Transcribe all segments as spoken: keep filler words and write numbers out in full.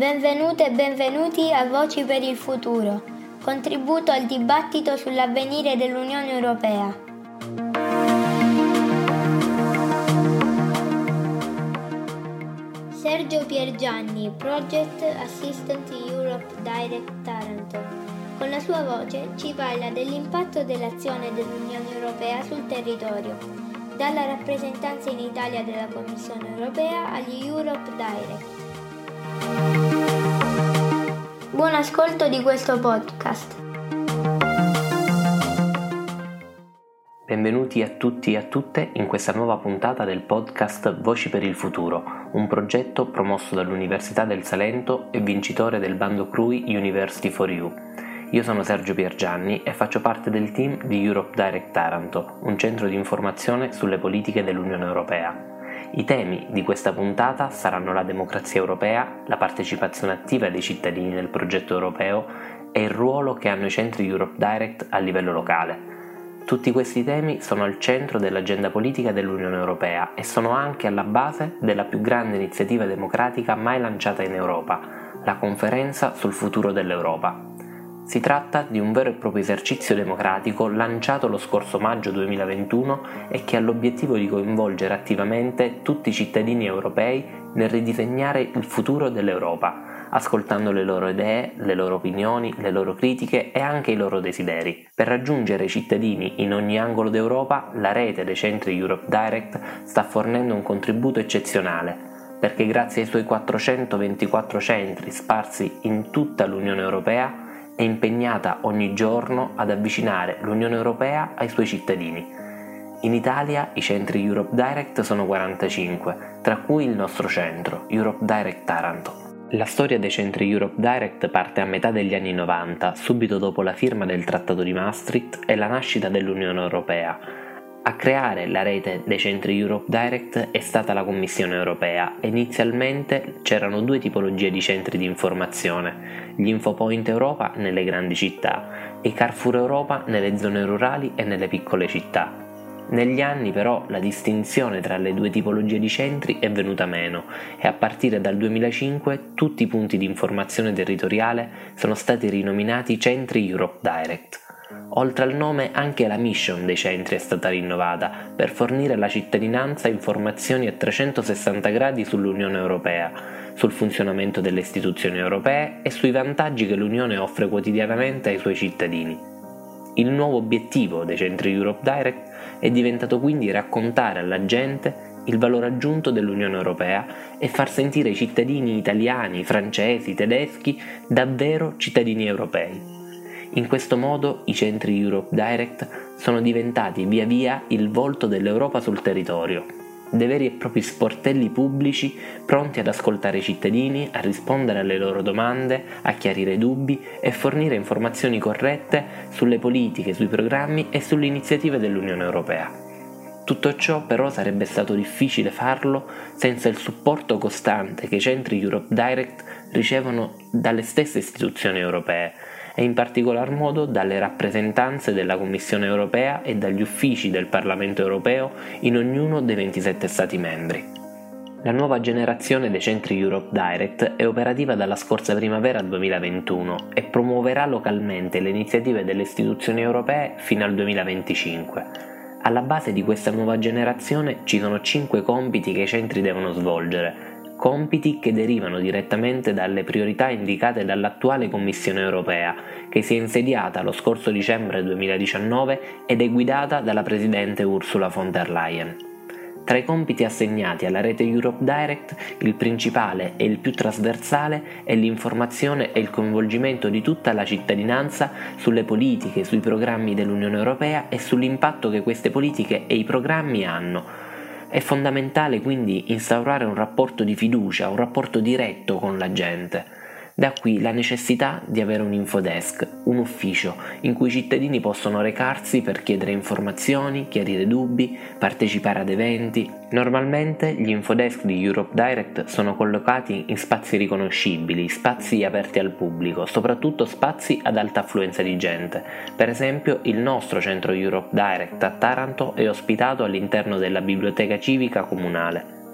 Benvenute e benvenuti a Voci per il Futuro, contributo al dibattito sull'avvenire dell'Unione Europea. Sergio Piergianni, Project Assistant Europe Direct Taranto, con la sua voce ci parla dell'impatto dell'azione dell'Unione Europea sul territorio, dalla rappresentanza in Italia della Commissione Europea agli Europe Direct. Buon ascolto di questo podcast. Benvenuti a tutti e a tutte in questa nuova puntata del podcast Voci per il Futuro, un progetto promosso dall'Università del Salento e vincitore del bando C R U I University for You. Io sono Sergio Piergianni e faccio parte del team di Europe Direct Taranto, un centro di informazione sulle politiche dell'Unione Europea. I temi di questa puntata saranno la democrazia europea, la partecipazione attiva dei cittadini nel progetto europeo e il ruolo che hanno i centri Europe Direct a livello locale. Tutti questi temi sono al centro dell'agenda politica dell'Unione Europea e sono anche alla base della più grande iniziativa democratica mai lanciata in Europa, la Conferenza sul futuro dell'Europa. Si tratta di un vero e proprio esercizio democratico lanciato lo scorso maggio duemilaventuno e che ha l'obiettivo di coinvolgere attivamente tutti i cittadini europei nel ridisegnare il futuro dell'Europa, ascoltando le loro idee, le loro opinioni, le loro critiche e anche i loro desideri. Per raggiungere i cittadini in ogni angolo d'Europa, la rete dei centri Europe Direct sta fornendo un contributo eccezionale, perché grazie ai suoi quattrocentoventiquattro centri sparsi in tutta l'Unione Europea è impegnata ogni giorno ad avvicinare l'Unione Europea ai suoi cittadini. In Italia i centri Europe Direct sono quarantacinque, tra cui il nostro centro, Europe Direct Taranto. La storia dei centri Europe Direct parte a metà degli anni novanta, subito dopo la firma del Trattato di Maastricht e la nascita dell'Unione Europea. A creare la rete dei centri Europe Direct è stata la Commissione Europea e inizialmente c'erano due tipologie di centri di informazione, gli Infopoint Europa nelle grandi città e i Carrefour Europa nelle zone rurali e nelle piccole città. Negli anni però la distinzione tra le due tipologie di centri è venuta meno e a partire dal duemilacinque tutti i punti di informazione territoriale sono stati rinominati centri Europe Direct. Oltre al nome anche la mission dei centri è stata rinnovata per fornire alla cittadinanza informazioni a trecentosessanta gradi sull'Unione Europea, sul funzionamento delle istituzioni europee e sui vantaggi che l'Unione offre quotidianamente ai suoi cittadini. Il nuovo obiettivo dei centri Europe Direct è diventato quindi raccontare alla gente il valore aggiunto dell'Unione Europea e far sentire i cittadini italiani, francesi, tedeschi davvero cittadini europei. In questo modo i centri Europe Direct sono diventati via via il volto dell'Europa sul territorio, dei veri e propri sportelli pubblici pronti ad ascoltare i cittadini, a rispondere alle loro domande, a chiarire dubbi e fornire informazioni corrette sulle politiche, sui programmi e sulle iniziative dell'Unione Europea. Tutto ciò però sarebbe stato difficile farlo senza il supporto costante che i centri Europe Direct ricevono dalle stesse istituzioni europee e in particolar modo dalle rappresentanze della Commissione Europea e dagli uffici del Parlamento Europeo in ognuno dei ventisette Stati membri. La nuova generazione dei centri Europe Direct è operativa dalla scorsa primavera duemilaventuno e promuoverà localmente le iniziative delle istituzioni europee fino al duemilaventicinque. Alla base di questa nuova generazione ci sono cinque compiti che i centri devono svolgere, compiti che derivano direttamente dalle priorità indicate dall'attuale Commissione Europea, che si è insediata lo scorso dicembre duemiladiciannove ed è guidata dalla Presidente Ursula von der Leyen. Tra i compiti assegnati alla rete Europe Direct, il principale e il più trasversale è l'informazione e il coinvolgimento di tutta la cittadinanza sulle politiche, sui programmi dell'Unione Europea e sull'impatto che queste politiche e i programmi hanno. È fondamentale quindi instaurare un rapporto di fiducia, un rapporto diretto con la gente. Da qui la necessità di avere un infodesk, un ufficio in cui i cittadini possono recarsi per chiedere informazioni, chiarire dubbi, partecipare ad eventi. Normalmente gli infodesk di Europe Direct sono collocati in spazi riconoscibili, spazi aperti al pubblico, soprattutto spazi ad alta affluenza di gente. Per esempio il nostro centro Europe Direct a Taranto è ospitato all'interno della biblioteca civica comunale.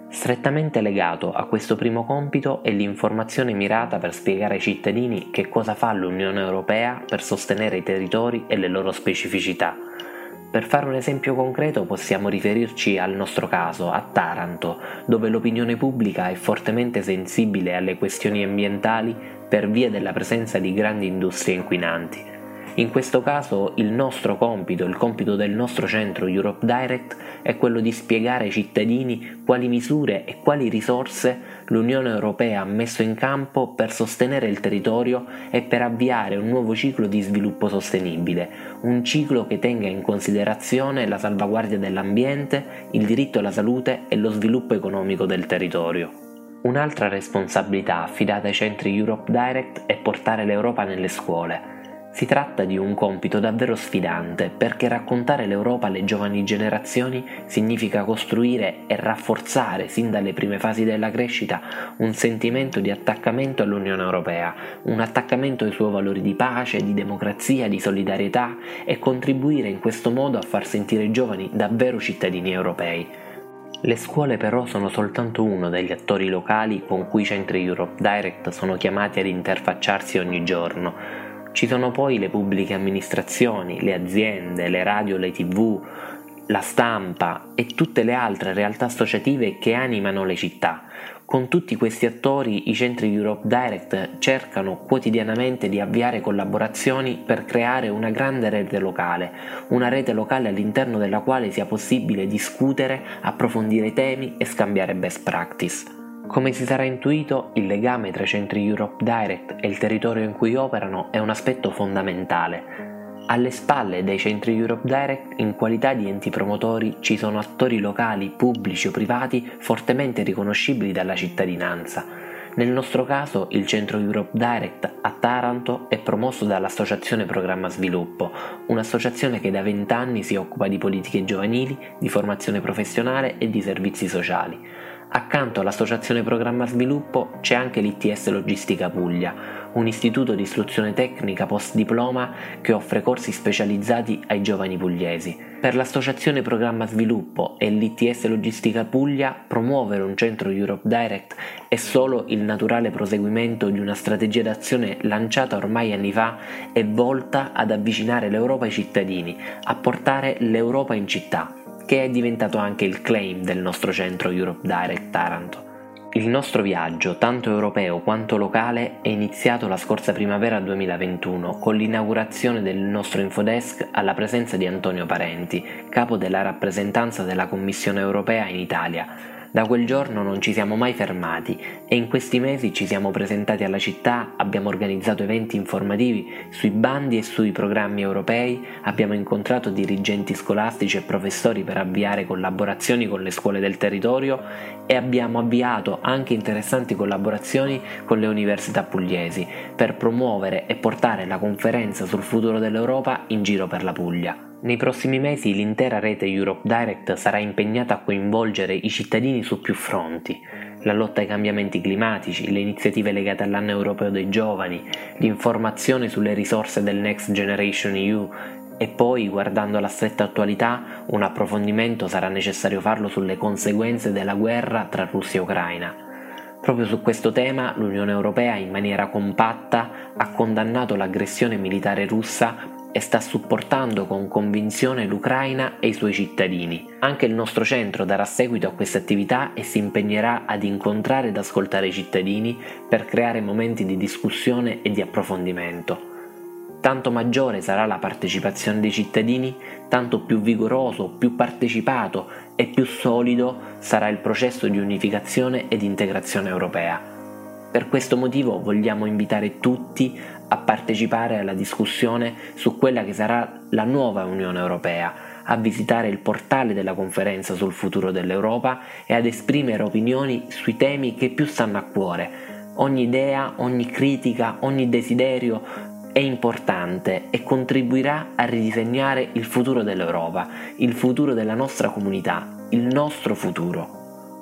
Strettamente legato a questo primo compito è l'informazione mirata per spiegare ai cittadini che cosa fa l'Unione Europea per sostenere i territori e le loro specificità. Per fare un esempio concreto possiamo riferirci al nostro caso, a Taranto, dove l'opinione pubblica è fortemente sensibile alle questioni ambientali per via della presenza di grandi industrie inquinanti. In questo caso il nostro compito, il compito del nostro centro Europe Direct è quello di spiegare ai cittadini quali misure e quali risorse l'Unione Europea ha messo in campo per sostenere il territorio e per avviare un nuovo ciclo di sviluppo sostenibile, un ciclo che tenga in considerazione la salvaguardia dell'ambiente, il diritto alla salute e lo sviluppo economico del territorio. Un'altra responsabilità affidata ai centri Europe Direct è portare l'Europa nelle scuole. Si tratta di un compito davvero sfidante perché raccontare l'Europa alle giovani generazioni significa costruire e rafforzare sin dalle prime fasi della crescita un sentimento di attaccamento all'Unione Europea, un attaccamento ai suoi valori di pace, di democrazia, di solidarietà e contribuire in questo modo a far sentire i giovani davvero cittadini europei. Le scuole però sono soltanto uno degli attori locali con cui i centri Europe Direct sono chiamati ad interfacciarsi ogni giorno. Ci sono poi le pubbliche amministrazioni, le aziende, le radio, le tv, la stampa e tutte le altre realtà associative che animano le città. Con tutti questi attori i centri Europe Direct cercano quotidianamente di avviare collaborazioni per creare una grande rete locale, una rete locale all'interno della quale sia possibile discutere, approfondire i temi e scambiare best practice. Come si sarà intuito, il legame tra i centri Europe Direct e il territorio in cui operano è un aspetto fondamentale. Alle spalle dei centri Europe Direct, in qualità di enti promotori, ci sono attori locali, pubblici o privati, fortemente riconoscibili dalla cittadinanza. Nel nostro caso, il centro Europe Direct a Taranto è promosso dall'Associazione Programma Sviluppo, un'associazione che da vent'anni si occupa di politiche giovanili, di formazione professionale e di servizi sociali. Accanto all'Associazione Programma Sviluppo c'è anche l'I T S Logistica Puglia, un istituto di istruzione tecnica post-diploma che offre corsi specializzati ai giovani pugliesi. Per l'Associazione Programma Sviluppo e l'I T S Logistica Puglia, promuovere un centro Europe Direct è solo il naturale proseguimento di una strategia d'azione lanciata ormai anni fa e volta ad avvicinare l'Europa ai cittadini, a portare l'Europa in città, che è diventato anche il claim del nostro centro Europe Direct Taranto. Il nostro viaggio, tanto europeo quanto locale, è iniziato la scorsa primavera duemilaventuno con l'inaugurazione del nostro infodesk alla presenza di Antonio Parenti, capo della rappresentanza della Commissione Europea in Italia. Da quel giorno non ci siamo mai fermati e in questi mesi ci siamo presentati alla città, abbiamo organizzato eventi informativi sui bandi e sui programmi europei, abbiamo incontrato dirigenti scolastici e professori per avviare collaborazioni con le scuole del territorio e abbiamo avviato anche interessanti collaborazioni con le università pugliesi per promuovere e portare la conferenza sul futuro dell'Europa in giro per la Puglia. Nei prossimi mesi l'intera rete Europe Direct sarà impegnata a coinvolgere i cittadini su più fronti: la lotta ai cambiamenti climatici, le iniziative legate all'anno europeo dei giovani, l'informazione sulle risorse del Next Generation E U e poi, guardando alla stretta attualità, un approfondimento sarà necessario farlo sulle conseguenze della guerra tra Russia e Ucraina. Proprio su questo tema l'Unione Europea in maniera compatta ha condannato l'aggressione militare russa e sta supportando con convinzione l'Ucraina e i suoi cittadini. Anche il nostro centro darà seguito a queste attività e si impegnerà ad incontrare ed ascoltare i cittadini per creare momenti di discussione e di approfondimento. Tanto maggiore sarà la partecipazione dei cittadini, tanto più vigoroso, più partecipato e più solido sarà il processo di unificazione ed integrazione europea. Per questo motivo vogliamo invitare tutti a partecipare alla discussione su quella che sarà la nuova Unione Europea, a visitare il portale della conferenza sul futuro dell'Europa e ad esprimere opinioni sui temi che più stanno a cuore. Ogni idea, ogni critica, ogni desiderio è importante e contribuirà a ridisegnare il futuro dell'Europa, il futuro della nostra comunità, il nostro futuro.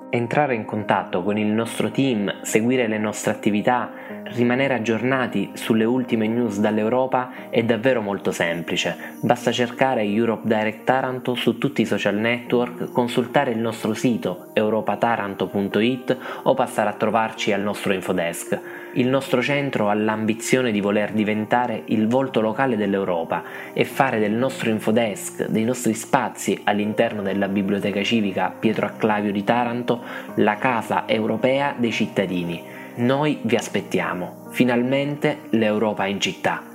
Entrare in contatto con il nostro team, seguire le nostre attività, rimanere aggiornati sulle ultime news dall'Europa è davvero molto semplice. Basta cercare Europe Direct Taranto su tutti i social network, consultare il nostro sito europataranto punto it o passare a trovarci al nostro infodesk. Il nostro centro ha l'ambizione di voler diventare il volto locale dell'Europa e fare del nostro infodesk, dei nostri spazi all'interno della Biblioteca Civica Pietro Acclavio di Taranto, la casa europea dei cittadini. Noi vi aspettiamo. Finalmente l'Europa è in città.